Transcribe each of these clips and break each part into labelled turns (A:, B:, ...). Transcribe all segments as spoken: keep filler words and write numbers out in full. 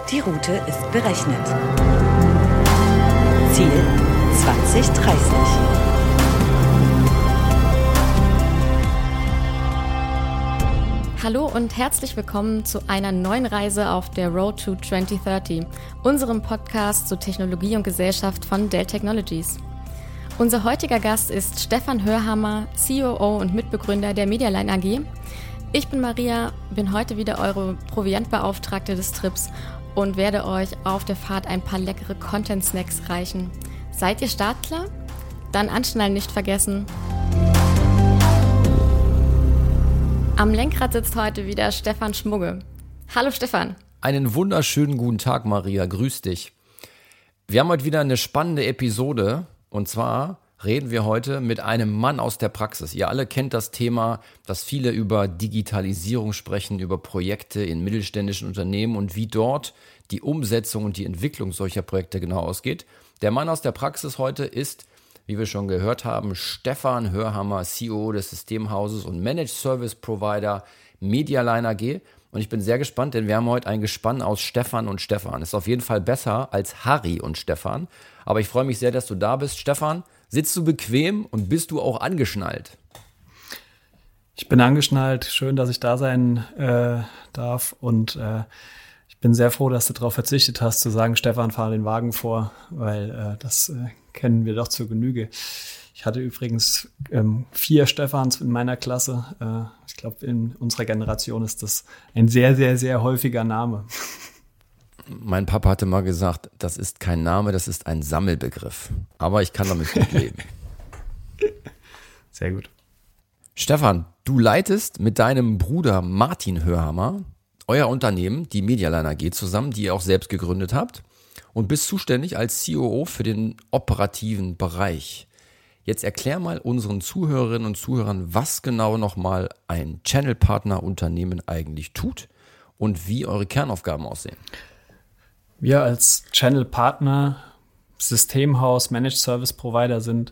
A: Die Route ist berechnet. Ziel zwanzig dreißig.
B: Hallo und herzlich willkommen zu einer neuen Reise auf der Road to zwanzig dreißig, unserem Podcast zu Technologie und Gesellschaft von Dell Technologies. Unser heutiger Gast ist Stefan Hörhammer, C O O und Mitbegründer der Medialine A G. Ich bin Maria, bin heute wieder eure Proviantbeauftragte des Trips und werde euch auf der Fahrt ein paar leckere Content-Snacks reichen. Seid ihr startklar? Dann anschnallen nicht vergessen. Am Lenkrad sitzt heute wieder Stefan Schmugge. Hallo Stefan.
C: Einen wunderschönen guten Tag, Maria. Grüß dich. Wir haben heute wieder eine spannende Episode. Und zwar reden wir heute mit einem Mann aus der Praxis. Ihr alle kennt das Thema, dass viele über Digitalisierung sprechen, über Projekte in mittelständischen Unternehmen und wie dort die Umsetzung und die Entwicklung solcher Projekte genau ausgeht. Der Mann aus der Praxis heute ist, wie wir schon gehört haben, Stefan Hörhammer, C O O des Systemhauses und Managed Service Provider Medialine A G. Und ich bin sehr gespannt, denn wir haben heute ein Gespann aus Stefan und Stefan. Ist auf jeden Fall besser als Harry und Stefan. Aber ich freue mich sehr, dass du da bist. Stefan, sitzt du bequem und bist du auch angeschnallt?
D: Ich bin angeschnallt. Schön, dass ich da sein äh, darf. Und äh, ich bin sehr froh, dass du darauf verzichtet hast, zu sagen, Stefan, fahr den Wagen vor, weil äh, das äh, kennen wir doch zur Genüge. Ich hatte übrigens ähm, vier Stefans in meiner Klasse. Äh, ich glaube, in unserer Generation ist das ein sehr, sehr, sehr häufiger Name.
C: Mein Papa hatte mal gesagt, das ist kein Name, das ist ein Sammelbegriff. Aber ich kann damit gut leben.
D: Sehr gut.
C: Stefan, du leitest mit deinem Bruder Martin Hörhammer euer Unternehmen, die Medialine A G, zusammen, die ihr auch selbst gegründet habt und bist zuständig als C O O für den operativen Bereich. Jetzt erklär mal unseren Zuhörerinnen und Zuhörern, was genau nochmal ein Channel-Partner-Unternehmen eigentlich tut und wie eure Kernaufgaben aussehen.
D: Wir als Channel-Partner, Systemhaus, Managed Service Provider sind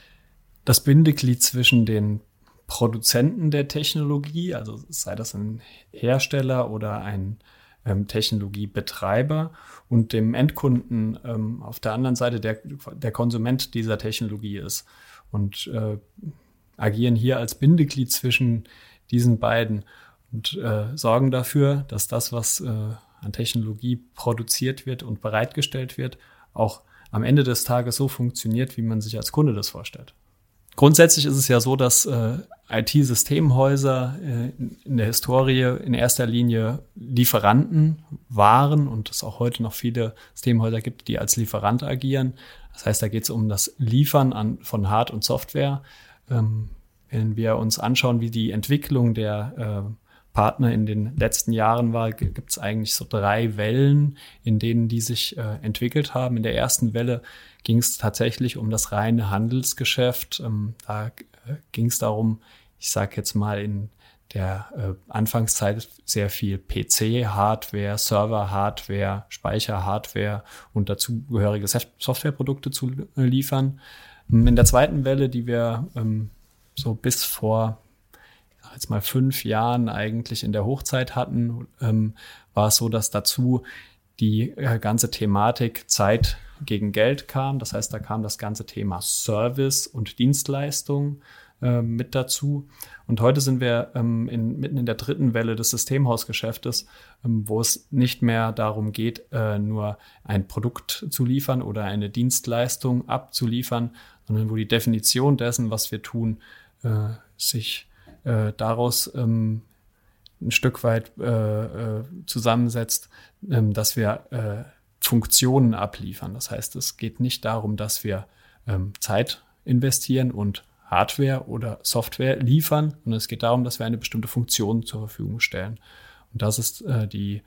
D: das Bindeglied zwischen den Produzenten der Technologie, also sei das ein Hersteller oder ein ähm, Technologiebetreiber, und dem Endkunden ähm, auf der anderen Seite, der, der Konsument dieser Technologie ist. Und äh, agieren hier als Bindeglied zwischen diesen beiden und äh, sorgen dafür, dass das, was äh, an Technologie produziert wird und bereitgestellt wird, auch am Ende des Tages so funktioniert, wie man sich als Kunde das vorstellt. Grundsätzlich ist es ja so, dass äh, I T-Systemhäuser äh, in der Historie in erster Linie Lieferanten waren und es auch heute noch viele Systemhäuser gibt, die als Lieferant agieren. Das heißt, da geht es um das Liefern an, von Hard- und Software. Ähm, wenn wir uns anschauen, wie die Entwicklung der äh, Partner in den letzten Jahren war, gibt es eigentlich so drei Wellen, in denen die sich äh, entwickelt haben. In der ersten Welle ging es tatsächlich um das reine Handelsgeschäft. Ähm, da äh, ging es darum, ich sage jetzt mal in der äh, Anfangszeit sehr viel P C-Hardware, Server-Hardware, Speicher-Hardware und dazugehörige Softwareprodukte zu äh, liefern. In der zweiten Welle, die wir ähm, so bis vor jetzt mal fünf Jahren eigentlich in der Hochzeit hatten, ähm, war es so, dass dazu die äh, ganze Thematik Zeit gegen Geld kam. Das heißt, da kam das ganze Thema Service und Dienstleistung äh, mit dazu. Und heute sind wir ähm, in, mitten in der dritten Welle des Systemhausgeschäftes, ähm, wo es nicht mehr darum geht, äh, nur ein Produkt zu liefern oder eine Dienstleistung abzuliefern, sondern wo die Definition dessen, was wir tun, äh, sich Äh, daraus ähm, ein Stück weit äh, äh, zusammensetzt, ähm, dass wir äh, Funktionen abliefern. Das heißt, es geht nicht darum, dass wir ähm, Zeit investieren und Hardware oder Software liefern, sondern es geht darum, dass wir eine bestimmte Funktion zur Verfügung stellen. Und das ist äh, die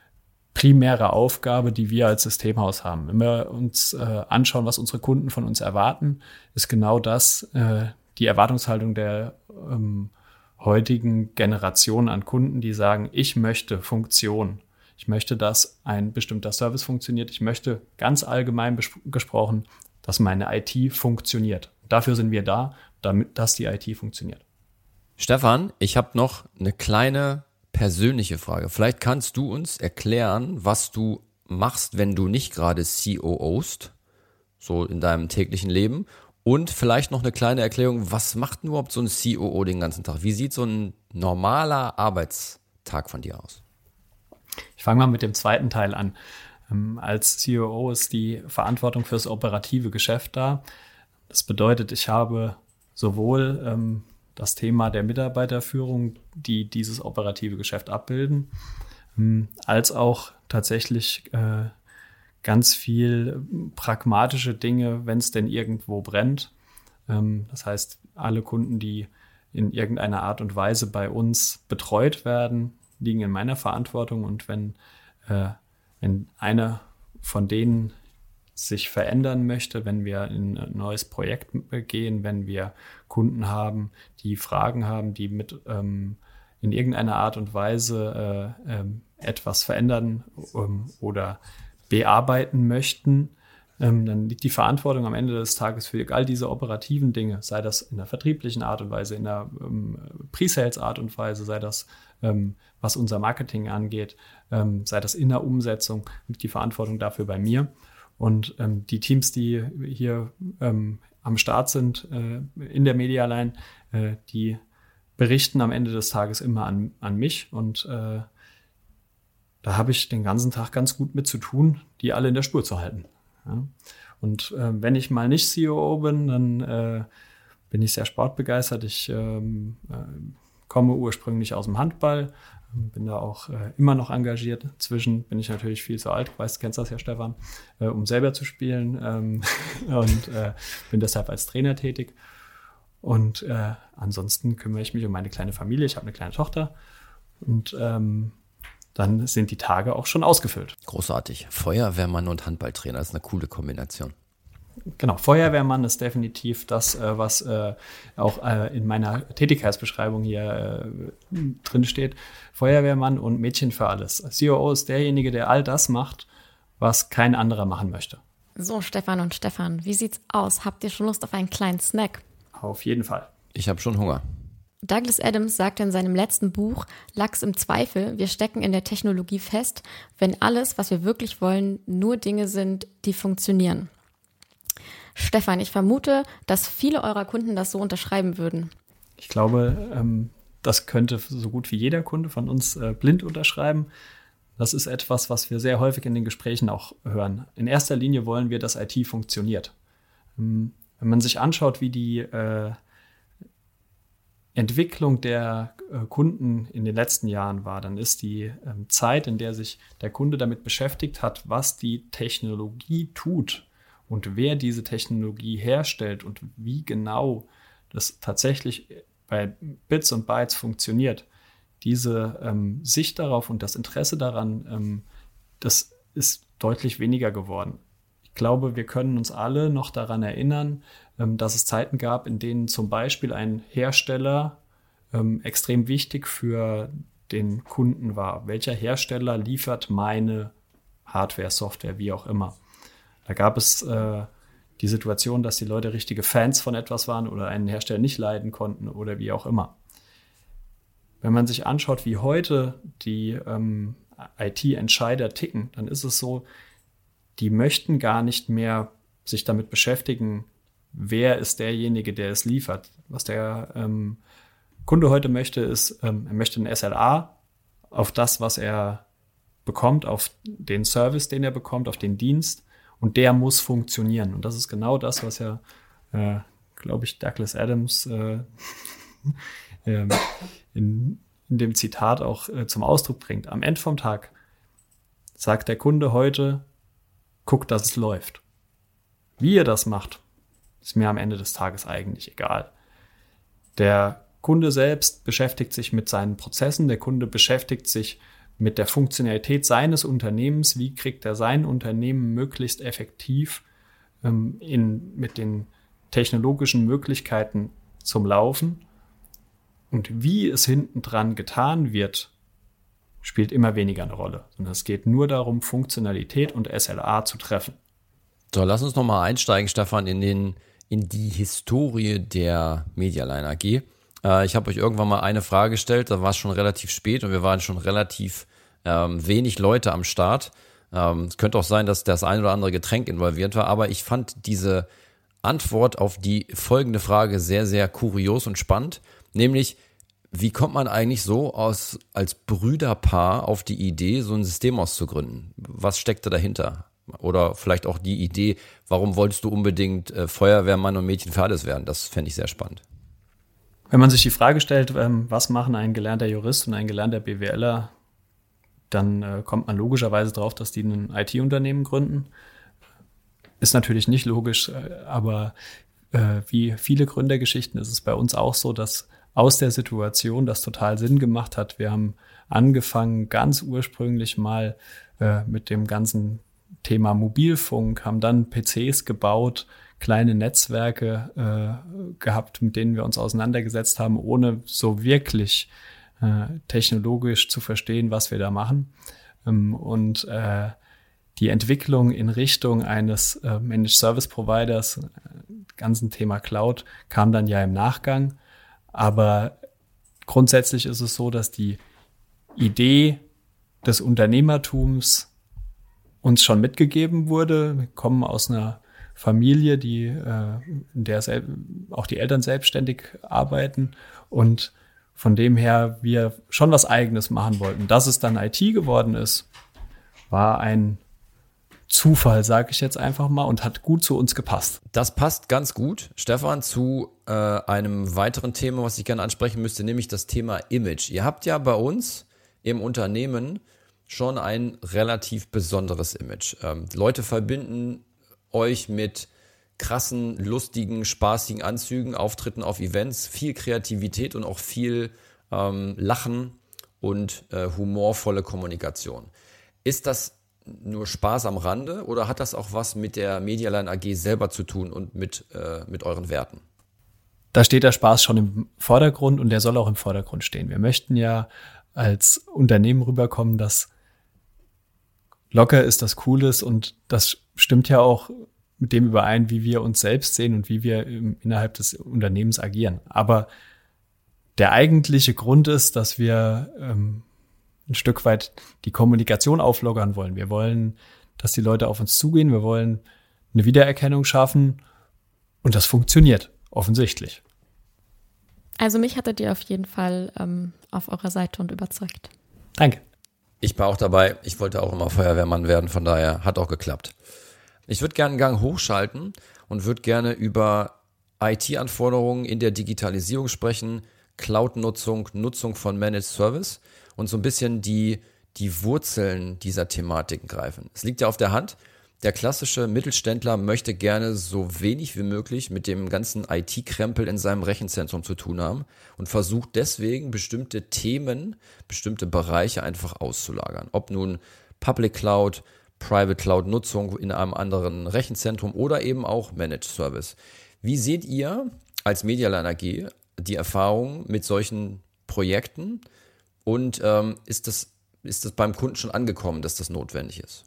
D: primäre Aufgabe, die wir als Systemhaus haben. Wenn wir uns äh, anschauen, was unsere Kunden von uns erwarten, ist genau das äh, die Erwartungshaltung der ähm, heutigen Generation an Kunden, die sagen, ich möchte Funktion. Ich möchte, dass ein bestimmter Service funktioniert. Ich möchte ganz allgemein bes- gesprochen, dass meine I T funktioniert. Dafür sind wir da, damit dass die I T funktioniert.
C: Stefan, ich habe noch eine kleine persönliche Frage. Vielleicht kannst du uns erklären, was du machst, wenn du nicht gerade C O Ost, so in deinem täglichen Leben. Und vielleicht noch eine kleine Erklärung, was macht denn überhaupt so ein C O O den ganzen Tag? Wie sieht so ein normaler Arbeitstag von dir aus?
D: Ich fange mal mit dem zweiten Teil an. Ähm, als C O O ist die Verantwortung fürs operative Geschäft da. Das bedeutet, ich habe sowohl ähm, das Thema der Mitarbeiterführung, die dieses operative Geschäft abbilden, ähm, als auch tatsächlich äh, ganz viel pragmatische Dinge, wenn es denn irgendwo brennt. Ähm, das heißt, alle Kunden, die in irgendeiner Art und Weise bei uns betreut werden, liegen in meiner Verantwortung. Und wenn, äh, wenn einer von denen sich verändern möchte, wenn wir in ein neues Projekt gehen, wenn wir Kunden haben, die Fragen haben, die mit ähm, in irgendeiner Art und Weise äh, ähm, etwas verändern ähm, oder bearbeiten möchten, ähm, dann liegt die Verantwortung am Ende des Tages für all diese operativen Dinge, sei das in der vertrieblichen Art und Weise, in der ähm, Pre-Sales Art und Weise, sei das, ähm, was unser Marketing angeht, ähm, sei das in der Umsetzung, liegt die Verantwortung dafür bei mir. Und ähm, die Teams, die hier ähm, am Start sind äh, in der Medialine, äh, die berichten am Ende des Tages immer an, an mich. Und äh, da habe ich den ganzen Tag ganz gut mit zu tun, die alle in der Spur zu halten. Ja? Und äh, wenn ich mal nicht C O O bin, dann äh, bin ich sehr sportbegeistert. Ich ähm, äh, komme ursprünglich aus dem Handball, bin da auch äh, immer noch engagiert. Inzwischen bin ich natürlich viel zu alt, weißt, du kennst das ja, Stefan, äh, um selber zu spielen ähm, und äh, bin deshalb als Trainer tätig. Und äh, ansonsten kümmere ich mich um meine kleine Familie. Ich habe eine kleine Tochter und ähm, dann sind die Tage auch schon ausgefüllt.
C: Großartig. Feuerwehrmann und Handballtrainer ist eine coole Kombination.
D: Genau, Feuerwehrmann ist definitiv das, äh, was äh, auch äh, in meiner Tätigkeitsbeschreibung hier äh, drin steht. Feuerwehrmann und Mädchen für alles. C O O ist derjenige, der all das macht, was kein anderer machen möchte.
B: So, Stefan und Stefan, wie sieht's aus? Habt ihr schon Lust auf einen kleinen Snack?
D: Auf jeden Fall.
C: Ich habe schon Hunger.
B: Douglas Adams sagte in seinem letzten Buch Lachs im Zweifel, wir stecken in der Technologie fest, wenn alles, was wir wirklich wollen, nur Dinge sind, die funktionieren. Stefan, ich vermute, dass viele eurer Kunden das so unterschreiben würden.
D: Ich glaube, ähm, das könnte so gut wie jeder Kunde von uns äh, blind unterschreiben. Das ist etwas, was wir sehr häufig in den Gesprächen auch hören. In erster Linie wollen wir, dass I T funktioniert. Ähm, wenn man sich anschaut, wie die äh, Entwicklung der äh, Kunden in den letzten Jahren war, dann ist die ähm, Zeit, in der sich der Kunde damit beschäftigt hat, was die Technologie tut, und wer diese Technologie herstellt und wie genau das tatsächlich bei Bits und Bytes funktioniert, diese ähm, Sicht darauf und das Interesse daran, ähm, das ist deutlich weniger geworden. Ich glaube, wir können uns alle noch daran erinnern, ähm, dass es Zeiten gab, in denen zum Beispiel ein Hersteller ähm, extrem wichtig für den Kunden war. Welcher Hersteller liefert meine Hardware, Software, wie auch immer? Da gab es äh, die Situation, dass die Leute richtige Fans von etwas waren oder einen Hersteller nicht leiden konnten oder wie auch immer. Wenn man sich anschaut, wie heute die ähm, I T-Entscheider ticken, dann ist es so, die möchten gar nicht mehr sich damit beschäftigen, wer ist derjenige, der es liefert. Was der ähm, Kunde heute möchte, ist, ähm, er möchte ein S L A auf das, was er bekommt, auf den Service, den er bekommt, auf den Dienst. Und der muss funktionieren. Und das ist genau das, was ja, äh, glaube ich, Douglas Adams äh, äh, in, in dem Zitat auch äh, zum Ausdruck bringt. Am Ende vom Tag sagt der Kunde heute, guckt, dass es läuft. Wie ihr das macht, ist mir am Ende des Tages eigentlich egal. Der Kunde selbst beschäftigt sich mit seinen Prozessen. Der Kunde beschäftigt sich mit der Funktionalität seines Unternehmens, wie kriegt er sein Unternehmen möglichst effektiv ähm, in, mit den technologischen Möglichkeiten zum Laufen. Und wie es hinten dran getan wird, spielt immer weniger eine Rolle. Und es geht nur darum, Funktionalität und S L A zu treffen.
C: So, lass uns nochmal einsteigen, Stefan, in, den, in die Historie der Medialine A G. Ich habe euch irgendwann mal eine Frage gestellt, da war es schon relativ spät und wir waren schon relativ ähm, wenig Leute am Start. Ähm, es könnte auch sein, dass das ein oder andere Getränk involviert war, aber ich fand diese Antwort auf die folgende Frage sehr, sehr kurios und spannend, nämlich, wie kommt man eigentlich so aus, als Brüderpaar auf die Idee, so ein System auszugründen? Was steckte dahinter? Oder vielleicht auch die Idee, warum wolltest du unbedingt äh, Feuerwehrmann und Mädchen für alles werden? Das fände ich sehr spannend.
D: Wenn man sich die Frage stellt, ähm, was machen ein gelernter Jurist und ein gelernter BWLer, dann äh, kommt man logischerweise drauf, dass die ein I T-Unternehmen gründen. Ist natürlich nicht logisch, äh, aber äh, wie viele Gründergeschichten ist es bei uns auch so, dass aus der Situation das total Sinn gemacht hat. Wir haben angefangen ganz ursprünglich mal äh, mit dem ganzen Thema Mobilfunk, haben dann P Cs gebaut, kleine Netzwerke äh, gehabt, mit denen wir uns auseinandergesetzt haben, ohne so wirklich äh, technologisch zu verstehen, was wir da machen. Ähm, und äh, die Entwicklung in Richtung eines äh, Managed Service Providers, äh, ganzen Thema Cloud, kam dann ja im Nachgang. Aber grundsätzlich ist es so, dass die Idee des Unternehmertums uns schon mitgegeben wurde. Wir kommen aus einer Familie, die, äh, in der sel- auch die Eltern selbstständig arbeiten und von dem her wir schon was Eigenes machen wollten. Dass es dann I T geworden ist, war ein Zufall, sage ich jetzt einfach mal, und hat gut zu uns gepasst.
C: Das passt ganz gut, Stefan, zu äh, einem weiteren Thema, was ich gerne ansprechen müsste, nämlich das Thema Image. Ihr habt ja bei uns im Unternehmen schon ein relativ besonderes Image. Ähm, Leute verbinden euch mit krassen, lustigen, spaßigen Anzügen, Auftritten auf Events, viel Kreativität und auch viel ähm, Lachen und äh, humorvolle Kommunikation. Ist das nur Spaß am Rande oder hat das auch was mit der Medialine A G selber zu tun und mit, äh, mit euren Werten?
D: Da steht der Spaß schon im Vordergrund und der soll auch im Vordergrund stehen. Wir möchten ja als Unternehmen rüberkommen, das locker ist, das cool ist, und das stimmt ja auch mit dem überein, wie wir uns selbst sehen und wie wir im, innerhalb des Unternehmens agieren. Aber der eigentliche Grund ist, dass wir ähm, ein Stück weit die Kommunikation auflockern wollen. Wir wollen, dass die Leute auf uns zugehen. Wir wollen eine Wiedererkennung schaffen. Und das funktioniert offensichtlich.
B: Also mich hattet ihr auf jeden Fall ähm, auf eurer Seite und überzeugt.
D: Danke.
C: Ich war auch dabei. Ich wollte auch immer Feuerwehrmann werden. Von daher hat auch geklappt. Ich würde gerne einen Gang hochschalten und würde gerne über I T-Anforderungen in der Digitalisierung sprechen, Cloud-Nutzung, Nutzung von Managed Service und so ein bisschen die, die Wurzeln dieser Thematiken greifen. Es liegt ja auf der Hand, der klassische Mittelständler möchte gerne so wenig wie möglich mit dem ganzen I T-Krempel in seinem Rechenzentrum zu tun haben und versucht deswegen bestimmte Themen, bestimmte Bereiche einfach auszulagern. Ob nun Public Cloud, Private Cloud Nutzung in einem anderen Rechenzentrum oder eben auch Managed Service. Wie seht ihr als Medialine A G die Erfahrung mit solchen Projekten und ähm, ist das, ist das beim Kunden schon angekommen, dass das notwendig ist?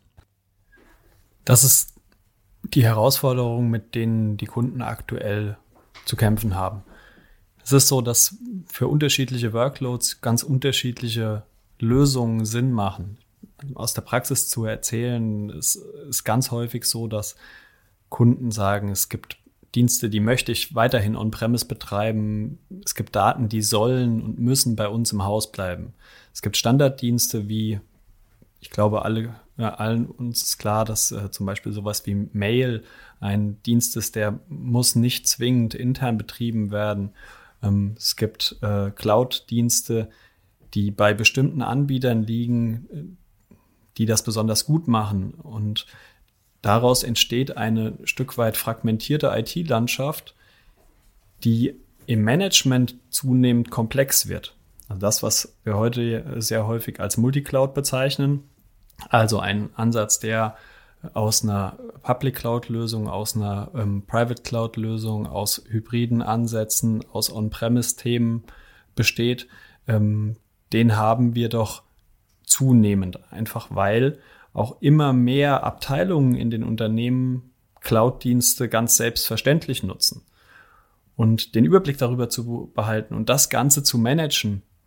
D: Das ist die Herausforderung, mit denen die Kunden aktuell zu kämpfen haben. Es ist so, dass für unterschiedliche Workloads ganz unterschiedliche Lösungen Sinn machen. Aus der Praxis zu erzählen, es ist ganz häufig so, dass Kunden sagen, es gibt Dienste, die möchte ich weiterhin on-premise betreiben. Es gibt Daten, die sollen und müssen bei uns im Haus bleiben. Es gibt Standarddienste wie, ich glaube, alle, ja, allen uns ist klar, dass äh, zum Beispiel sowas wie Mail ein Dienst ist, der muss nicht zwingend intern betrieben werden. Ähm, es gibt äh, Cloud-Dienste, die bei bestimmten Anbietern liegen, die das besonders gut machen. Und daraus entsteht eine Stück weit fragmentierte I T-Landschaft, die im Management zunehmend komplex wird. Also das, was wir heute sehr häufig als Multicloud bezeichnen, also ein Ansatz, der aus einer Public Cloud-Lösung, aus einer ähm, Private Cloud-Lösung, aus hybriden Ansätzen, aus On-Premise-Themen besteht, ähm, den haben wir doch zunehmend, einfach weil auch immer mehr Abteilungen in den Unternehmen Cloud-Dienste ganz selbstverständlich nutzen. Und den Überblick darüber zu behalten und das Ganze zu managen,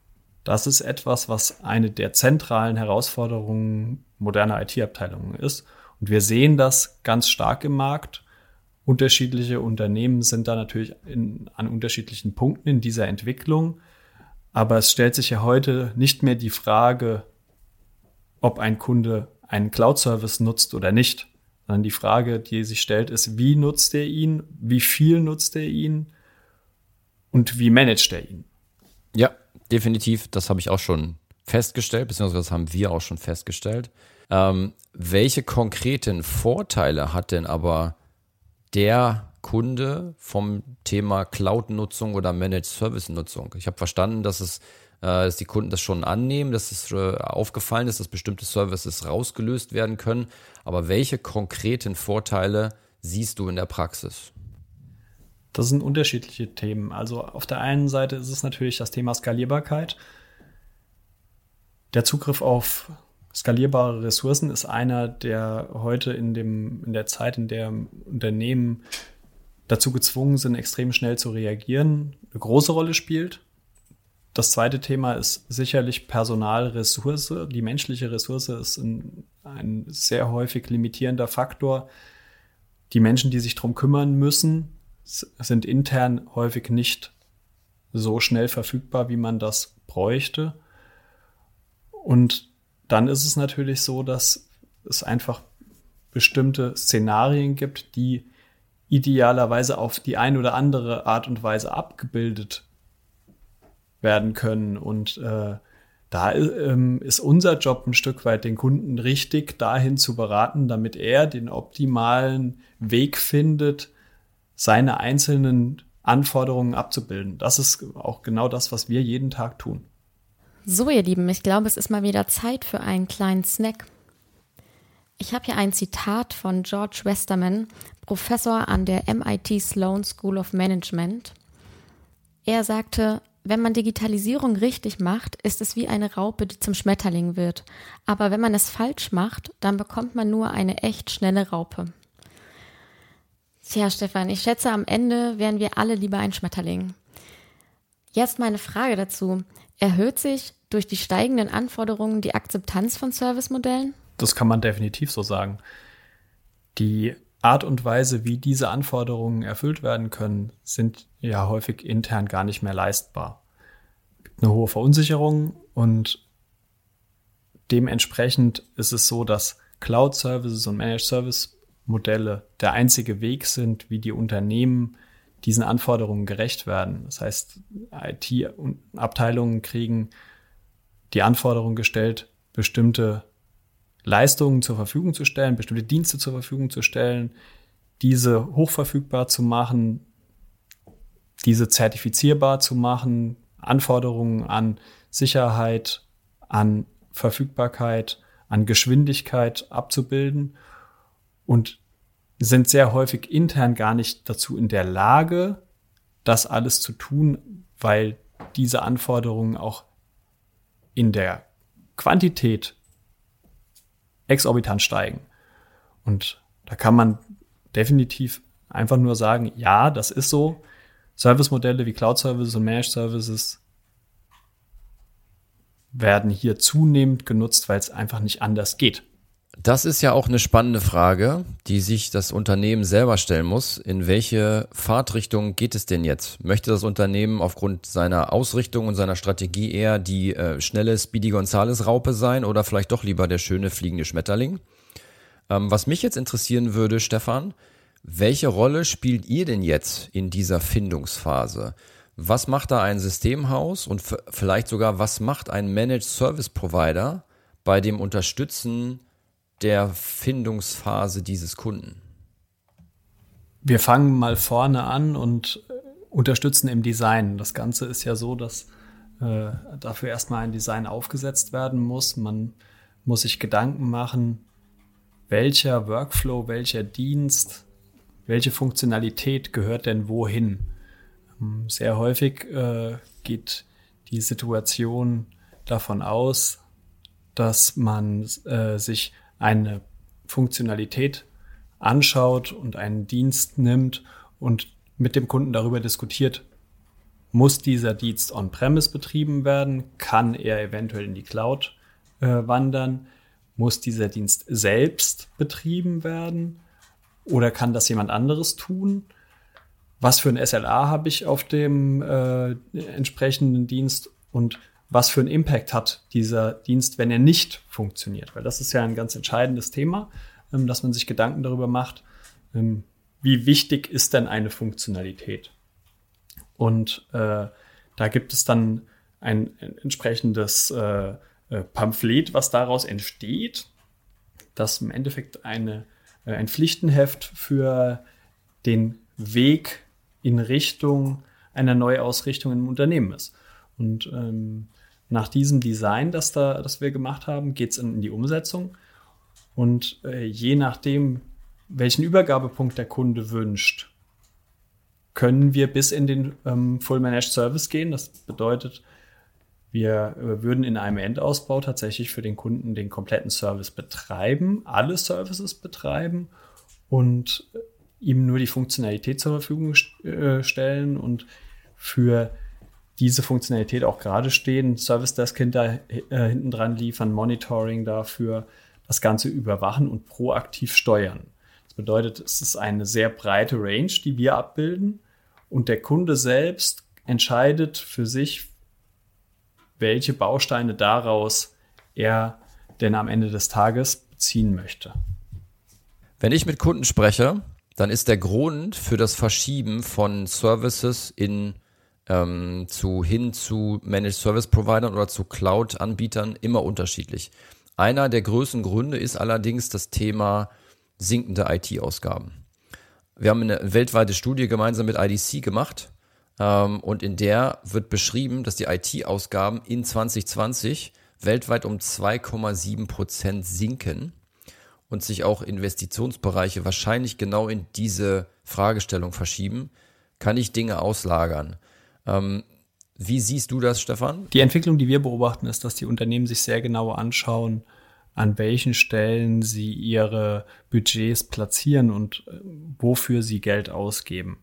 D: Das ist etwas, was eine der zentralen Herausforderungen moderner I T-Abteilungen ist. Und wir sehen das ganz stark im Markt. Unterschiedliche Unternehmen sind da natürlich in, an unterschiedlichen Punkten in dieser Entwicklung. Aber es stellt sich ja heute nicht mehr die Frage, ob ein Kunde einen Cloud-Service nutzt oder nicht, sondern die Frage, die sich stellt, ist, wie nutzt er ihn, wie viel nutzt er ihn und wie managt er ihn?
C: Ja, definitiv. Das habe ich auch schon festgestellt, beziehungsweise das haben wir auch schon festgestellt. Ähm, welche konkreten Vorteile hat denn aber der Kunde vom Thema Cloud-Nutzung oder Managed-Service-Nutzung? Ich habe verstanden, dass es dass die Kunden das schon annehmen, dass es aufgefallen ist, dass bestimmte Services rausgelöst werden können. Aber welche konkreten Vorteile siehst du in der Praxis?
D: Das sind unterschiedliche Themen. Also auf der einen Seite ist es natürlich das Thema Skalierbarkeit. Der Zugriff auf skalierbare Ressourcen ist einer, der heute in dem, in der Zeit, in der Unternehmen dazu gezwungen sind, extrem schnell zu reagieren, eine große Rolle spielt. Das zweite Thema ist sicherlich Personalressource. Die menschliche Ressource ist ein, ein sehr häufig limitierender Faktor. Die Menschen, die sich darum kümmern müssen, sind intern häufig nicht so schnell verfügbar, wie man das bräuchte. Und dann ist es natürlich so, dass es einfach bestimmte Szenarien gibt, die idealerweise auf die eine oder andere Art und Weise abgebildet werden können. Und äh, da ähm, ist unser Job ein Stück weit, den Kunden richtig dahin zu beraten, damit er den optimalen Weg findet, seine einzelnen Anforderungen abzubilden. Das ist auch genau das, was wir jeden Tag tun.
B: So, ihr Lieben, ich glaube, es ist mal wieder Zeit für einen kleinen Snack. Ich habe hier ein Zitat von George Westerman, Professor an der M I T Sloan School of Management. Er sagte: Wenn man Digitalisierung richtig macht, ist es wie eine Raupe, die zum Schmetterling wird. Aber wenn man es falsch macht, dann bekommt man nur eine echt schnelle Raupe. Tja, Stefan, ich schätze, am Ende wären wir alle lieber ein Schmetterling. Jetzt meine Frage dazu. Erhöht sich durch die steigenden Anforderungen die Akzeptanz von Servicemodellen?
D: Das kann man definitiv so sagen. Die Art und Weise, wie diese Anforderungen erfüllt werden können, sind ja häufig intern gar nicht mehr leistbar. Es gibt eine hohe Verunsicherung und dementsprechend ist es so, dass Cloud-Services und Managed-Service-Modelle der einzige Weg sind, wie die Unternehmen diesen Anforderungen gerecht werden. Das heißt, I T-Abteilungen kriegen die Anforderung gestellt, bestimmte Leistungen zur Verfügung zu stellen, bestimmte Dienste zur Verfügung zu stellen, diese hochverfügbar zu machen, diese zertifizierbar zu machen, Anforderungen an Sicherheit, an Verfügbarkeit, an Geschwindigkeit abzubilden und sind sehr häufig intern gar nicht dazu in der Lage, das alles zu tun, weil diese Anforderungen auch in der Quantität exorbitant steigen. Und da kann man definitiv einfach nur sagen, ja, das ist so. Servicemodelle wie Cloud Services und Managed Services werden hier zunehmend genutzt, weil es einfach nicht anders geht.
C: Das ist ja auch eine spannende Frage, die sich das Unternehmen selber stellen muss. In welche Fahrtrichtung geht es denn jetzt? Möchte das Unternehmen aufgrund seiner Ausrichtung und seiner Strategie eher die äh, schnelle Speedy Gonzales-Raupe sein oder vielleicht doch lieber der schöne fliegende Schmetterling? Ähm, was mich jetzt interessieren würde, Stefan, welche Rolle spielt ihr denn jetzt in dieser Findungsphase? Was macht da ein Systemhaus und f- vielleicht sogar, was macht ein Managed Service Provider bei dem Unterstützen der Findungsphase dieses Kunden?
D: Wir fangen mal vorne an und unterstützen im Design. Das Ganze ist ja so, dass äh, dafür erstmal ein Design aufgesetzt werden muss. Man muss sich Gedanken machen, welcher Workflow, welcher Dienst, welche Funktionalität gehört denn wohin. Sehr häufig äh, geht die Situation davon aus, dass man äh, sich eine Funktionalität anschaut und einen Dienst nimmt und mit dem Kunden darüber diskutiert, Muss dieser Dienst on-premise betrieben werden? Kann er eventuell in die Cloud äh, wandern? Muss dieser Dienst selbst betrieben werden? Oder kann das jemand anderes tun? Was für ein S L A habe ich auf dem äh, entsprechenden Dienst? Und was für einen Impact hat dieser Dienst, wenn er nicht funktioniert? Weil das ist ja ein ganz entscheidendes Thema, ähm, dass man sich Gedanken darüber macht, ähm, wie wichtig ist denn eine Funktionalität? Und äh, da gibt es dann ein, ein entsprechendes äh, äh, Pamphlet, was daraus entsteht, das im Endeffekt eine, äh, ein Pflichtenheft für den Weg in Richtung einer Neuausrichtung im Unternehmen ist. Und ähm, nach diesem Design, das, da, das wir gemacht haben, geht es in, in die Umsetzung. Und äh, je nachdem, welchen Übergabepunkt der Kunde wünscht, können wir bis in den ähm, Full Managed Service gehen. Das bedeutet, wir äh, würden in einem Endausbau tatsächlich für den Kunden den kompletten Service betreiben, alle Services betreiben und ihm nur die Funktionalität zur Verfügung st- äh, stellen und für diese Funktionalität auch gerade stehen, Service Desk hinter, äh, hinten dran liefern, Monitoring dafür, das Ganze überwachen und proaktiv steuern. Das bedeutet, es ist eine sehr breite Range, die wir abbilden und der Kunde selbst entscheidet für sich, welche Bausteine daraus er denn am Ende des Tages beziehen möchte.
C: Wenn ich mit Kunden spreche, dann ist der Grund für das Verschieben von Services in, ähm, zu, hin zu Managed Service Providern oder zu Cloud-Anbietern immer unterschiedlich. Einer der größten Gründe ist allerdings das Thema sinkende I T-Ausgaben. Wir haben eine weltweite Studie gemeinsam mit I D C gemacht ähm, und in der wird beschrieben, dass die I T-Ausgaben in zwanzig zwanzig weltweit um zwei Komma sieben Prozent sinken und sich auch Investitionsbereiche wahrscheinlich genau in diese Fragestellung verschieben. Kann ich Dinge auslagern? Ähm, wie siehst du das, Stefan?
D: Die Entwicklung, die wir beobachten, ist, dass die Unternehmen sich sehr genau anschauen, an welchen Stellen sie ihre Budgets platzieren und wofür sie Geld ausgeben.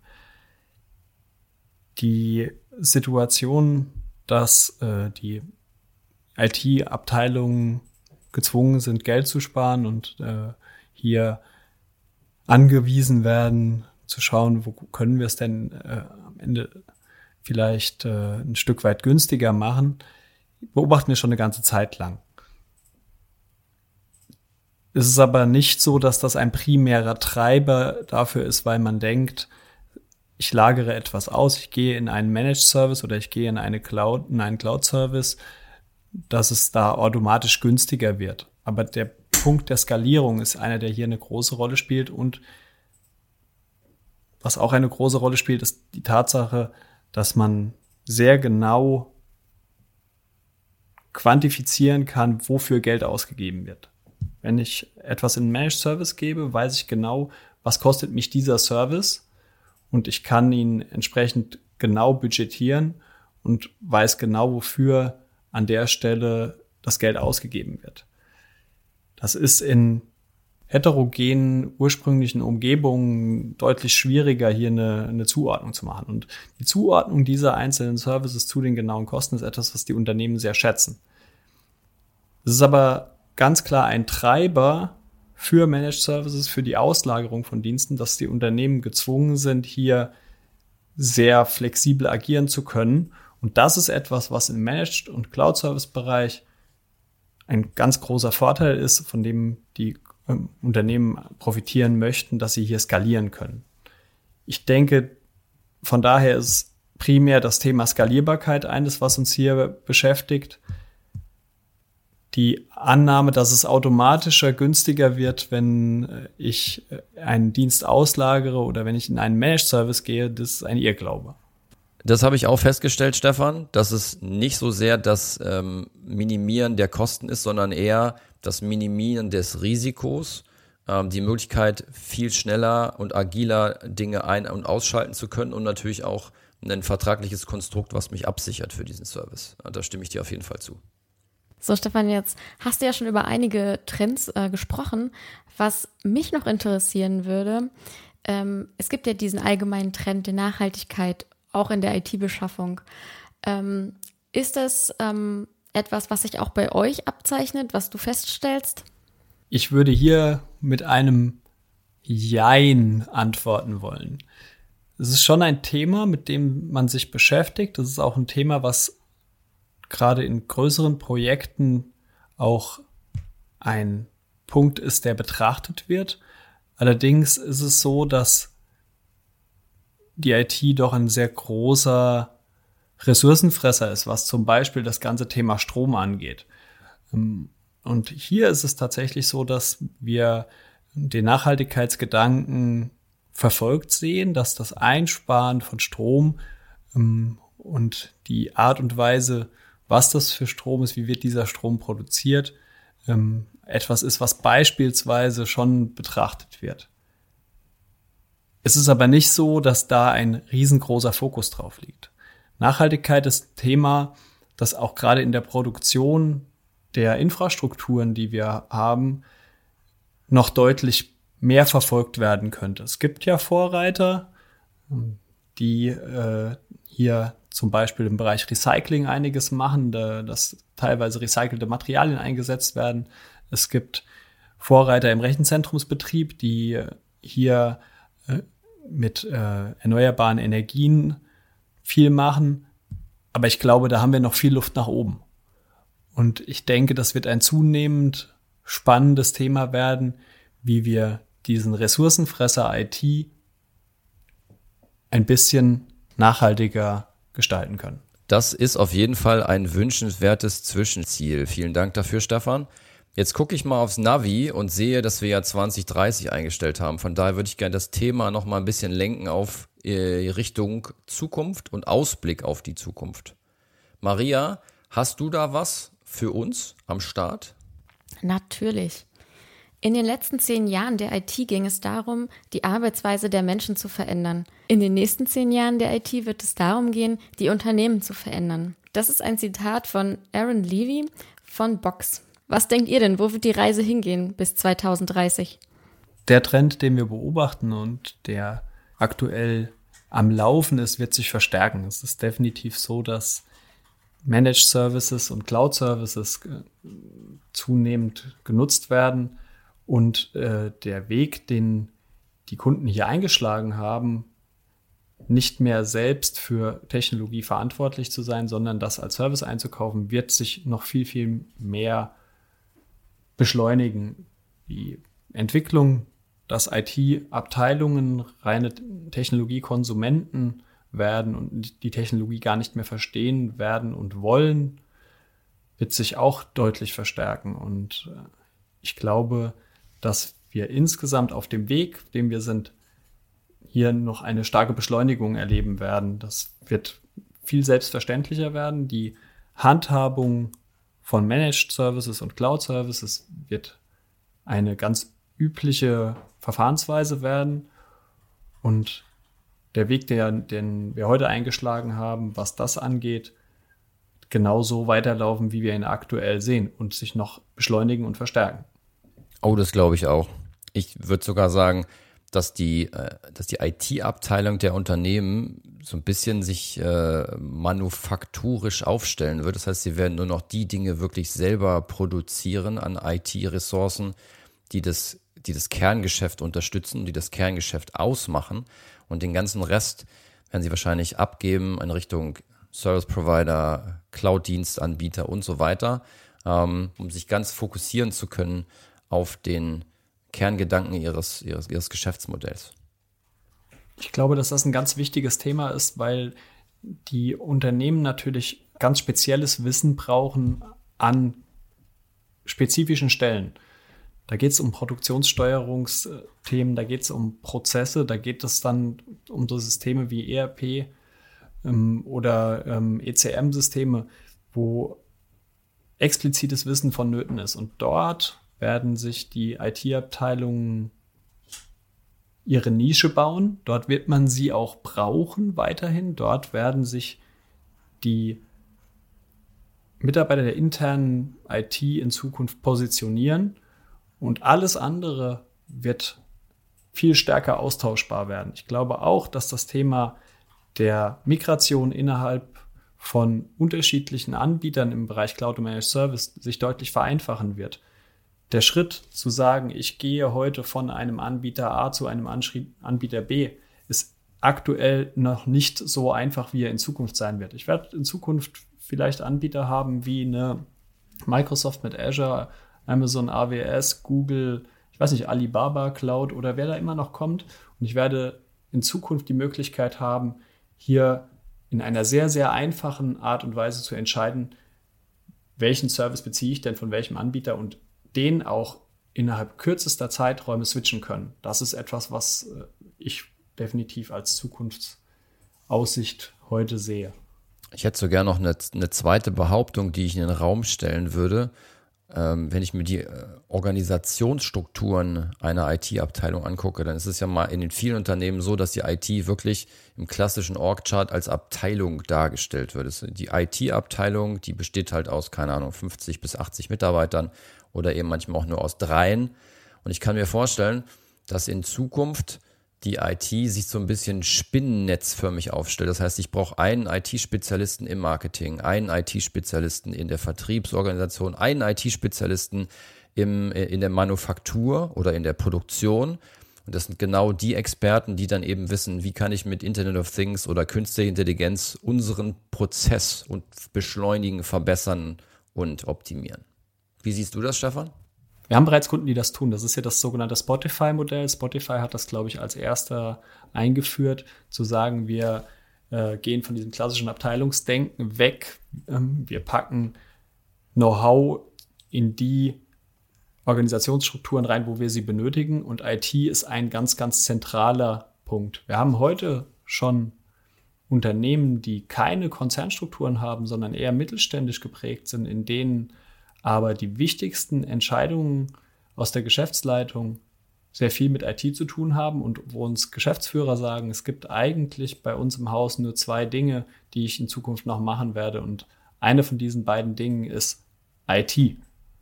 D: Die Situation, dass äh, die I T-Abteilungen gezwungen sind, Geld zu sparen und äh, hier angewiesen werden, zu schauen, wo können wir es denn äh, am Ende vielleicht äh, ein Stück weit günstiger machen, beobachten wir schon eine ganze Zeit lang. Es ist aber nicht so, dass das ein primärer Treiber dafür ist, weil man denkt, ich lagere etwas aus, ich gehe in einen Managed Service oder ich gehe in eine Cloud, in einen Cloud Service, dass es da automatisch günstiger wird. Aber der Punkt der Skalierung ist einer, der hier eine große Rolle spielt und was auch eine große Rolle spielt, ist die Tatsache, dass man sehr genau quantifizieren kann, wofür Geld ausgegeben wird. Wenn ich etwas in Managed Service gebe, weiß ich genau, was kostet mich dieser Service und ich kann ihn entsprechend genau budgetieren und weiß genau, wofür an der Stelle das Geld ausgegeben wird. Das ist in heterogenen, ursprünglichen Umgebungen deutlich schwieriger, hier eine, eine Zuordnung zu machen. Und die Zuordnung dieser einzelnen Services zu den genauen Kosten ist etwas, was die Unternehmen sehr schätzen. Es ist aber ganz klar ein Treiber für Managed Services, für die Auslagerung von Diensten, dass die Unternehmen gezwungen sind, hier sehr flexibel agieren zu können. Und das ist etwas, was im Managed- und Cloud-Service-Bereich ein ganz großer Vorteil ist, von dem die ähm, Unternehmen profitieren möchten, dass sie hier skalieren können. Ich denke, von daher ist primär das Thema Skalierbarkeit eines, was uns hier beschäftigt. Die Annahme, dass es automatischer günstiger wird, wenn ich einen Dienst auslagere oder wenn ich in einen Managed Service gehe, das ist ein Irrglaube.
C: Das habe ich auch festgestellt, Stefan, dass es nicht so sehr das ähm, Minimieren der Kosten ist, sondern eher das Minimieren des Risikos, ähm, die Möglichkeit, viel schneller und agiler Dinge ein- und ausschalten zu können und natürlich auch ein vertragliches Konstrukt, was mich absichert für diesen Service. Da stimme ich dir auf jeden Fall zu.
B: So, Stefan, jetzt hast du ja schon über einige Trends äh, gesprochen. Was mich noch interessieren würde, ähm, es gibt ja diesen allgemeinen Trend der Nachhaltigkeit auch in der I T-Beschaffung. Ähm, ist das ähm, etwas, was sich auch bei euch abzeichnet, was du feststellst?
D: Ich würde hier mit einem Jein antworten wollen. Es ist schon ein Thema, mit dem man sich beschäftigt. Das ist auch ein Thema, was gerade in größeren Projekten auch ein Punkt ist, der betrachtet wird. Allerdings ist es so, dass die I T doch ein sehr großer Ressourcenfresser ist, was zum Beispiel das ganze Thema Strom angeht. Und hier ist es tatsächlich so, dass wir den Nachhaltigkeitsgedanken verfolgt sehen, dass das Einsparen von Strom ähm, und die Art und Weise, was das für Strom ist, wie wird dieser Strom produziert, ähm, etwas ist, was beispielsweise schon betrachtet wird. Es ist aber nicht so, dass da ein riesengroßer Fokus drauf liegt. Nachhaltigkeit ist ein Thema, das auch gerade in der Produktion der Infrastrukturen, die wir haben, noch deutlich mehr verfolgt werden könnte. Es gibt ja Vorreiter, die äh, hier zum Beispiel im Bereich Recycling einiges machen, da, dass teilweise recycelte Materialien eingesetzt werden. Es gibt Vorreiter im Rechenzentrumsbetrieb, die hier äh, mit äh, erneuerbaren Energien viel machen. Aber ich glaube, da haben wir noch viel Luft nach oben. Und ich denke, das wird ein zunehmend spannendes Thema werden, wie wir diesen Ressourcenfresser I T ein bisschen nachhaltiger gestalten können.
C: Das ist auf jeden Fall ein wünschenswertes Zwischenziel. Vielen Dank dafür, Stefan. Jetzt gucke ich mal aufs Navi und sehe, dass wir ja zwanzig dreißig eingestellt haben. Von daher würde ich gerne das Thema noch mal ein bisschen lenken auf äh, Richtung Zukunft und Ausblick auf die Zukunft. Maria, hast du da was für uns am Start?
B: Natürlich. In den letzten zehn Jahren der I T ging es darum, die Arbeitsweise der Menschen zu verändern. In den nächsten zehn Jahren der I T wird es darum gehen, die Unternehmen zu verändern. Das ist ein Zitat von Aaron Levy von Box. Was denkt ihr denn, wo wird die Reise hingehen bis zwanzig dreißig?
D: Der Trend, den wir beobachten und der aktuell am Laufen ist, wird sich verstärken. Es ist definitiv so, dass Managed Services und Cloud Services zunehmend genutzt werden. Und äh, der Weg, den die Kunden hier eingeschlagen haben, nicht mehr selbst für Technologie verantwortlich zu sein, sondern das als Service einzukaufen, wird sich noch viel, viel mehr beschleunigen. Die Entwicklung, dass I T-Abteilungen reine Technologiekonsumenten werden und die Technologie gar nicht mehr verstehen werden und wollen, wird sich auch deutlich verstärken. Und äh, ich glaube, dass wir insgesamt auf dem Weg, auf dem wir sind, hier noch eine starke Beschleunigung erleben werden. Das wird viel selbstverständlicher werden. Die Handhabung von Managed Services und Cloud Services wird eine ganz übliche Verfahrensweise werden. Und der Weg, der, den wir heute eingeschlagen haben, was das angeht, genauso weiterlaufen, wie wir ihn aktuell sehen und sich noch beschleunigen und verstärken.
C: Oh, das glaube ich auch. Ich würde sogar sagen, dass die, äh, dass die I T-Abteilung der Unternehmen so ein bisschen sich äh, manufakturisch aufstellen wird. Das heißt, sie werden nur noch die Dinge wirklich selber produzieren an I T-Ressourcen, die das, die das Kerngeschäft unterstützen, die das Kerngeschäft ausmachen. Und den ganzen Rest werden sie wahrscheinlich abgeben in Richtung Service Provider, Cloud-Dienstanbieter und so weiter, ähm, um sich ganz fokussieren zu können auf den Kerngedanken ihres, ihres, ihres Geschäftsmodells.
D: Ich glaube, dass das ein ganz wichtiges Thema ist, weil die Unternehmen natürlich ganz spezielles Wissen brauchen an spezifischen Stellen. Da geht es um Produktionssteuerungsthemen, da geht es um Prozesse, da geht es dann um so Systeme wie E R P ähm, oder ähm, E C M-Systeme, wo explizites Wissen vonnöten ist. Und dort werden sich die I T-Abteilungen ihre Nische bauen. Dort wird man sie auch brauchen weiterhin. Dort werden sich die Mitarbeiter der internen I T in Zukunft positionieren. Und alles andere wird viel stärker austauschbar werden. Ich glaube auch, dass das Thema der Migration innerhalb von unterschiedlichen Anbietern im Bereich Cloud und Managed Service sich deutlich vereinfachen wird. Der Schritt zu sagen, ich gehe heute von einem Anbieter A zu einem Anbieter B, ist aktuell noch nicht so einfach, wie er in Zukunft sein wird. Ich werde in Zukunft vielleicht Anbieter haben wie eine Microsoft mit Azure, Amazon A W S, Google, ich weiß nicht, Alibaba Cloud oder wer da immer noch kommt. Und ich werde in Zukunft die Möglichkeit haben, hier in einer sehr, sehr einfachen Art und Weise zu entscheiden, welchen Service beziehe ich denn von welchem Anbieter und den auch innerhalb kürzester Zeiträume switchen können. Das ist etwas, was ich definitiv als Zukunftsaussicht heute sehe.
C: Ich hätte so gerne noch eine, eine zweite Behauptung, die ich in den Raum stellen würde. Ähm, wenn ich mir die äh, Organisationsstrukturen einer I T-Abteilung angucke, dann ist es ja mal in den vielen Unternehmen so, dass die I T wirklich im klassischen Org-Chart als Abteilung dargestellt wird. Das ist die I T-Abteilung, die besteht halt aus, keine Ahnung, fünfzig bis achtzig Mitarbeitern oder eben manchmal auch nur aus dreien. Und ich kann mir vorstellen, dass in Zukunft die I T sich so ein bisschen spinnennetzförmig aufstellt. Das heißt, ich brauche einen I T-Spezialisten im Marketing, einen I T-Spezialisten in der Vertriebsorganisation, einen I T-Spezialisten im, in der Manufaktur oder in der Produktion. Und das sind genau die Experten, die dann eben wissen, wie kann ich mit Internet of Things oder künstlicher Intelligenz unseren Prozess und beschleunigen, verbessern und optimieren. Wie siehst du das, Stefan?
D: Wir haben bereits Kunden, die das tun. Das ist ja das sogenannte Spotify-Modell. Spotify hat das, glaube ich, als erster eingeführt, zu sagen, wir äh, gehen von diesem klassischen Abteilungsdenken weg. Ähm, wir packen Know-how in die Organisationsstrukturen rein, wo wir sie benötigen. Und I T ist ein ganz, ganz zentraler Punkt. Wir haben heute schon Unternehmen, die keine Konzernstrukturen haben, sondern eher mittelständisch geprägt sind, in denen aber die wichtigsten Entscheidungen aus der Geschäftsleitung sehr viel mit I T zu tun haben und wo uns Geschäftsführer sagen, es gibt eigentlich bei uns im Haus nur zwei Dinge, die ich in Zukunft noch machen werde. Und eine von diesen beiden Dingen ist I T.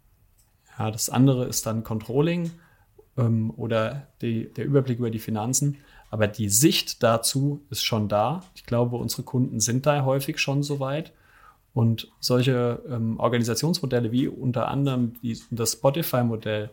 D: Ja, das andere ist dann Controlling ähm, oder die, der Überblick über die Finanzen. Aber die Sicht dazu ist schon da. Ich glaube, unsere Kunden sind da häufig schon so weit. Und solche ähm, Organisationsmodelle wie unter anderem die, das Spotify-Modell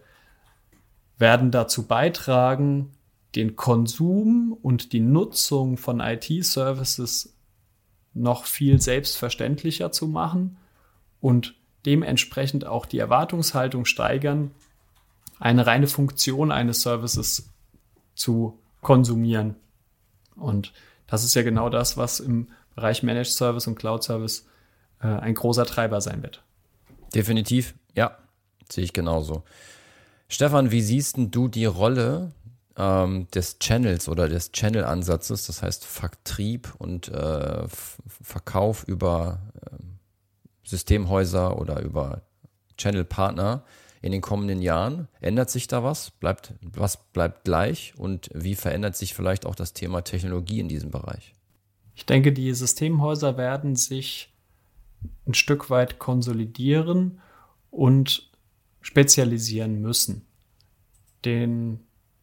D: werden dazu beitragen, den Konsum und die Nutzung von I T-Services noch viel selbstverständlicher zu machen und dementsprechend auch die Erwartungshaltung steigern, eine reine Funktion eines Services zu konsumieren. Und das ist ja genau das, was im Bereich Managed Service und Cloud Service ein großer Treiber sein wird.
C: Definitiv, ja, sehe ich genauso. Stefan, wie siehst denn du die Rolle ähm, des Channels oder des Channel-Ansatzes, das heißt Vertrieb und äh, F- Verkauf über äh, Systemhäuser oder über Channel-Partner in den kommenden Jahren? Ändert sich da was? Bleibt, was bleibt gleich? Und wie verändert sich vielleicht auch das Thema Technologie in diesem Bereich?
D: Ich denke, die Systemhäuser werden sich ein Stück weit konsolidieren und spezialisieren müssen. Den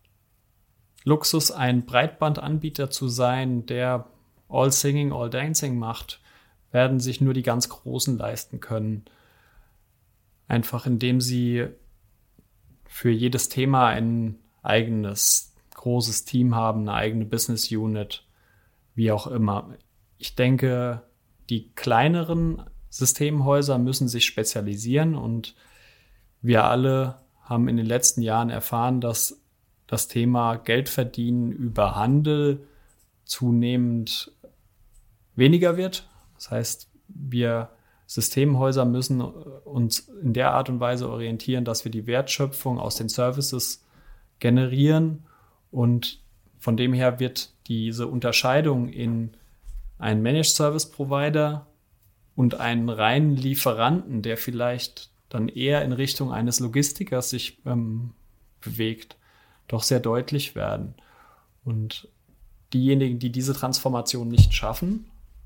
D: Luxus, ein Breitbandanbieter zu sein, der All Singing, All Dancing macht, werden sich nur die ganz Großen leisten können. Einfach indem sie für jedes Thema ein eigenes großes Team haben, eine eigene Business Unit, wie auch immer. Ich denke, die kleineren Systemhäuser müssen sich spezialisieren und wir alle haben in den letzten Jahren erfahren, dass das Thema Geldverdienen über Handel zunehmend weniger wird. Das heißt, wir Systemhäuser müssen uns in der Art und Weise orientieren, dass wir die Wertschöpfung aus den Services generieren und von dem her wird diese Unterscheidung in einen Managed Service Provider und einen reinen Lieferanten, der vielleicht dann eher in Richtung eines Logistikers sich ähm, bewegt, doch sehr deutlich werden. Und diejenigen, die diese Transformation nicht schaffen,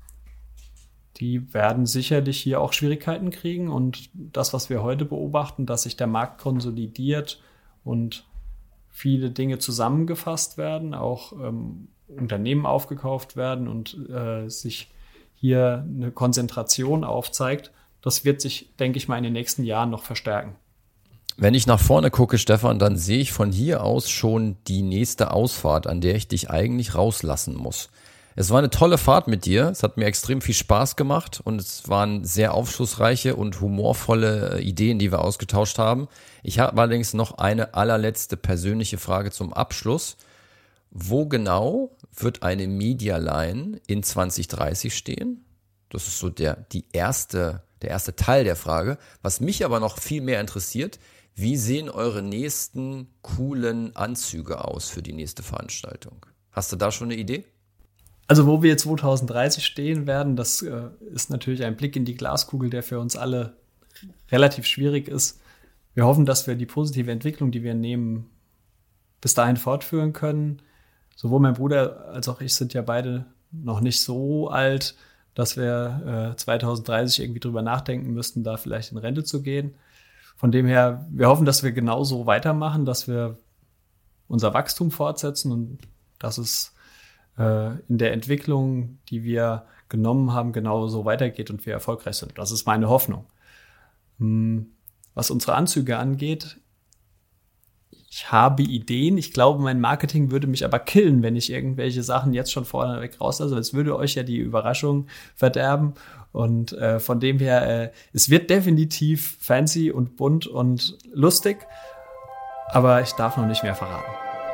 D: die werden sicherlich hier auch Schwierigkeiten kriegen. Und das, was wir heute beobachten, dass sich der Markt konsolidiert und viele Dinge zusammengefasst werden, auch ähm, Unternehmen aufgekauft werden und äh, sich hier eine Konzentration aufzeigt, das wird sich, denke ich mal, in den nächsten Jahren noch verstärken.
C: Wenn ich nach vorne gucke, Stefan, dann sehe ich von hier aus schon die nächste Ausfahrt, an der ich dich eigentlich rauslassen muss. Es war eine tolle Fahrt mit dir, es hat mir extrem viel Spaß gemacht und es waren sehr aufschlussreiche und humorvolle Ideen, die wir ausgetauscht haben. Ich habe allerdings noch eine allerletzte persönliche Frage zum Abschluss. Wo genau wird eine Medialine in zwanzig dreißig stehen? Das ist so der, die erste, der erste Teil der Frage. Was mich aber noch viel mehr interessiert, wie sehen eure nächsten coolen Anzüge aus für die nächste Veranstaltung? Hast du da schon eine Idee?
D: Also wo wir zwanzig dreißig stehen werden, das äh, ist natürlich ein Blick in die Glaskugel, der für uns alle relativ schwierig ist. Wir hoffen, dass wir die positive Entwicklung, die wir nehmen, bis dahin fortführen können. Sowohl mein Bruder als auch ich sind ja beide noch nicht so alt, dass wir äh, zwanzig dreißig irgendwie drüber nachdenken müssten, da vielleicht in Rente zu gehen. Von dem her, wir hoffen, dass wir genauso weitermachen, dass wir unser Wachstum fortsetzen und dass es äh, in der Entwicklung, die wir genommen haben, genauso weitergeht und wir erfolgreich sind. Das ist meine Hoffnung. Hm, was unsere Anzüge angeht, ich habe Ideen. Ich glaube, mein Marketing würde mich aber killen, wenn ich irgendwelche Sachen jetzt schon vorneweg rauslasse. Es würde euch ja die Überraschung verderben. Und äh, von dem her, äh, es wird definitiv fancy und bunt und lustig. Aber ich darf noch nicht mehr verraten.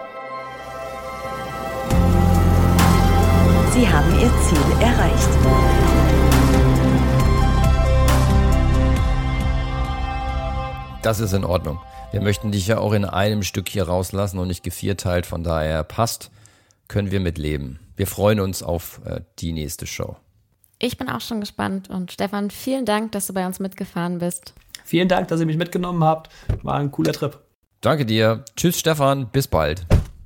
A: Sie haben Ihr Ziel erreicht.
C: Das ist in Ordnung. Wir möchten dich ja auch in einem Stück hier rauslassen und nicht gevierteilt. Von daher passt, können wir mit leben. Wir freuen uns auf äh, die nächste Show.
B: Ich bin auch schon gespannt. Und Stefan, vielen Dank, dass du bei uns mitgefahren bist.
D: Vielen Dank, dass ihr mich mitgenommen habt. War ein cooler Trip.
C: Danke dir. Tschüss, Stefan. Bis bald.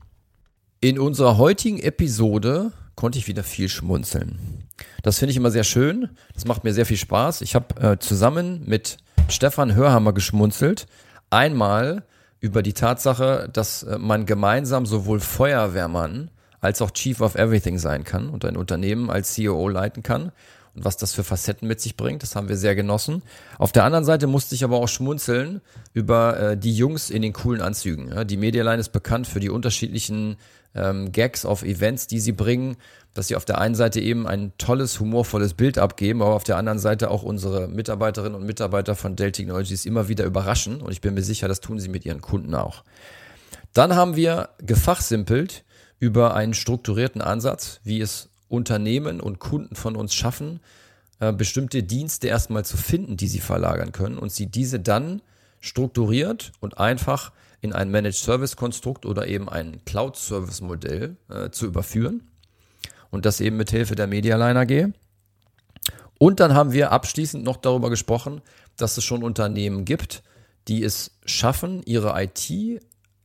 C: In unserer heutigen Episode konnte ich wieder viel schmunzeln. Das finde ich immer sehr schön. Das macht mir sehr viel Spaß. Ich habe äh, zusammen mit Stefan Hörhammer geschmunzelt. Einmal über die Tatsache, dass man gemeinsam sowohl Feuerwehrmann als auch Chief of Everything sein kann und ein Unternehmen als C E O leiten kann und was das für Facetten mit sich bringt, das haben wir sehr genossen. Auf der anderen Seite musste ich aber auch schmunzeln über äh, die Jungs in den coolen Anzügen. Ja, die Medialine ist bekannt für die unterschiedlichen ähm, Gags auf Events, die sie bringen, dass sie auf der einen Seite eben ein tolles, humorvolles Bild abgeben, aber auf der anderen Seite auch unsere Mitarbeiterinnen und Mitarbeiter von Dell Technologies immer wieder überraschen und ich bin mir sicher, das tun sie mit ihren Kunden auch. Dann haben wir gefachsimpelt über einen strukturierten Ansatz, wie es Unternehmen und Kunden von uns schaffen, äh, bestimmte Dienste erstmal zu finden, die sie verlagern können und sie diese dann strukturiert und einfach in ein Managed-Service-Konstrukt oder eben ein Cloud-Service-Modell äh, zu überführen. Und das eben mit Hilfe der Medialine A G. Und dann haben wir abschließend noch darüber gesprochen, dass es schon Unternehmen gibt, die es schaffen, ihre I T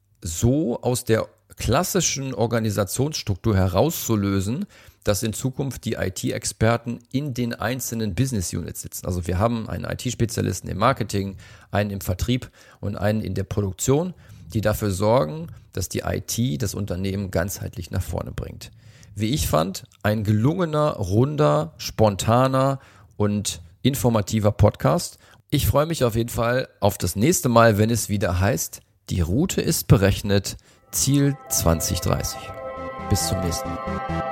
C: so aus der klassischen Organisationsstruktur herauszulösen, dass in Zukunft die I T-Experten in den einzelnen Business Units sitzen. Also wir haben einen I T-Spezialisten im Marketing, einen im Vertrieb und einen in der Produktion, die dafür sorgen, dass die I T das Unternehmen ganzheitlich nach vorne bringt. Wie ich fand, ein gelungener, runder, spontaner und informativer Podcast. Ich freue mich auf jeden Fall auf das nächste Mal, wenn es wieder heißt, die Route ist berechnet, Ziel zwanzig dreißig. Bis zum nächsten Mal.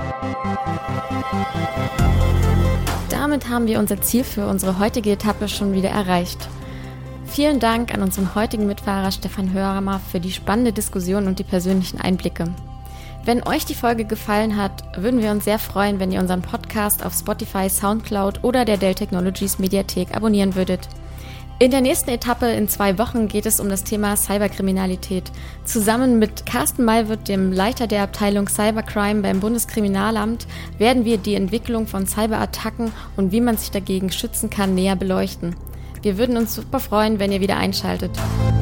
B: Damit haben wir unser Ziel für unsere heutige Etappe schon wieder erreicht. Vielen Dank an unseren heutigen Mitfahrer Stefan Hörhammer für die spannende Diskussion und die persönlichen Einblicke. Wenn euch die Folge gefallen hat, würden wir uns sehr freuen, wenn ihr unseren Podcast auf Spotify, Soundcloud oder der Dell Technologies Mediathek abonnieren würdet. In der nächsten Etappe in zwei Wochen geht es um das Thema Cyberkriminalität. Zusammen mit Carsten Malwirt, dem Leiter der Abteilung Cybercrime beim Bundeskriminalamt, werden wir die Entwicklung von Cyberattacken und wie man sich dagegen schützen kann näher beleuchten. Wir würden uns super freuen, wenn ihr wieder einschaltet.